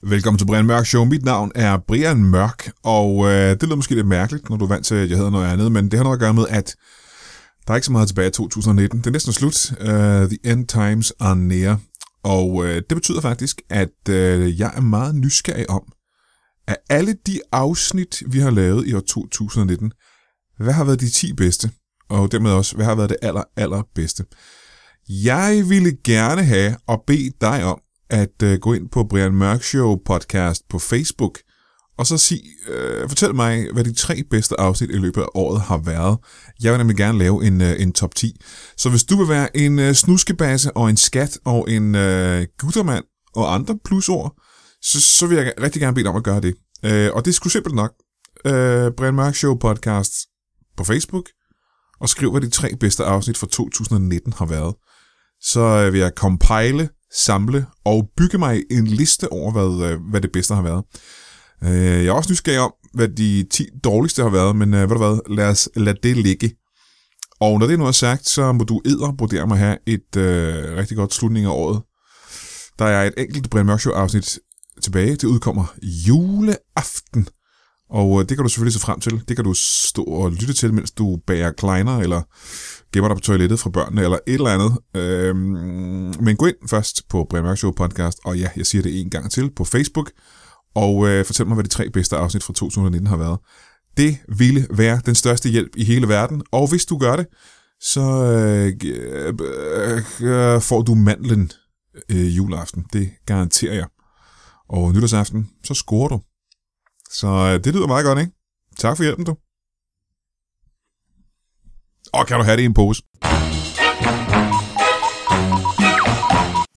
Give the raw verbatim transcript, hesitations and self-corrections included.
Velkommen til Brian Mørk Show. Mit navn er Brian Mørk, og øh, det lyder måske lidt mærkeligt, når du er vant til, at jeg hedder noget andet, men det har noget at gøre med, at der er ikke så meget tilbage i to tusind nitten. Det er næsten slut. Uh, the end times are near. Og uh, det betyder faktisk, at uh, jeg er meget nysgerrig om, af alle de afsnit, vi har lavet i år to tusind nitten, hvad har været de ti bedste? Og dermed også, hvad har været det aller, aller bedste? Jeg ville gerne have og bede dig om, at uh, gå ind på Brian Mørk Show podcast på Facebook, og så sig, uh, fortæl mig, hvad de tre bedste afsnit i løbet af året har været. Jeg vil nemlig gerne lave en, uh, en top ti. Så hvis du vil være en uh, snuskebasse og en skat og en uh, guttermand og andre plusord, så, så vil jeg rigtig gerne bede dig om at gøre det. Uh, og det er sgu simpelt nok. Uh, Brian Mørk Show podcast på Facebook, og skriv, hvad de tre bedste afsnit for to tusind nitten har været. Så uh, vil jeg compile, samle og bygge mig en liste over, hvad, hvad det bedste har været. Jeg er også nysgerrig om, hvad de ti dårligste har været, men ved du hvad, lad os lade det ligge. Og når det er noget sagt, så må du edderbrodere mig have et øh, rigtig godt slutning af året. Der er et enkelt Brian Mørk Show afsnit tilbage. Det udkommer juleaften. Og det kan du selvfølgelig se frem til. Det kan du stå og lytte til, mens du bager kleiner, eller gemmer dig på toilettet fra børnene, eller et eller andet. Øhm, men gå ind først på Brian Mørk Show podcast, og ja, jeg siger det en gang til på Facebook, og øh, fortæl mig, hvad de tre bedste afsnit fra to tusind nitten har været. Det ville være den største hjælp i hele verden, og hvis du gør det, så øh, øh, øh, får du mandlen øh, juleaften. Det garanterer jeg. Og nytårsaften, så scorer du. Så øh, det lyder meget godt, ikke? Tak for hjælpen, du. Og kan du have det i en pose?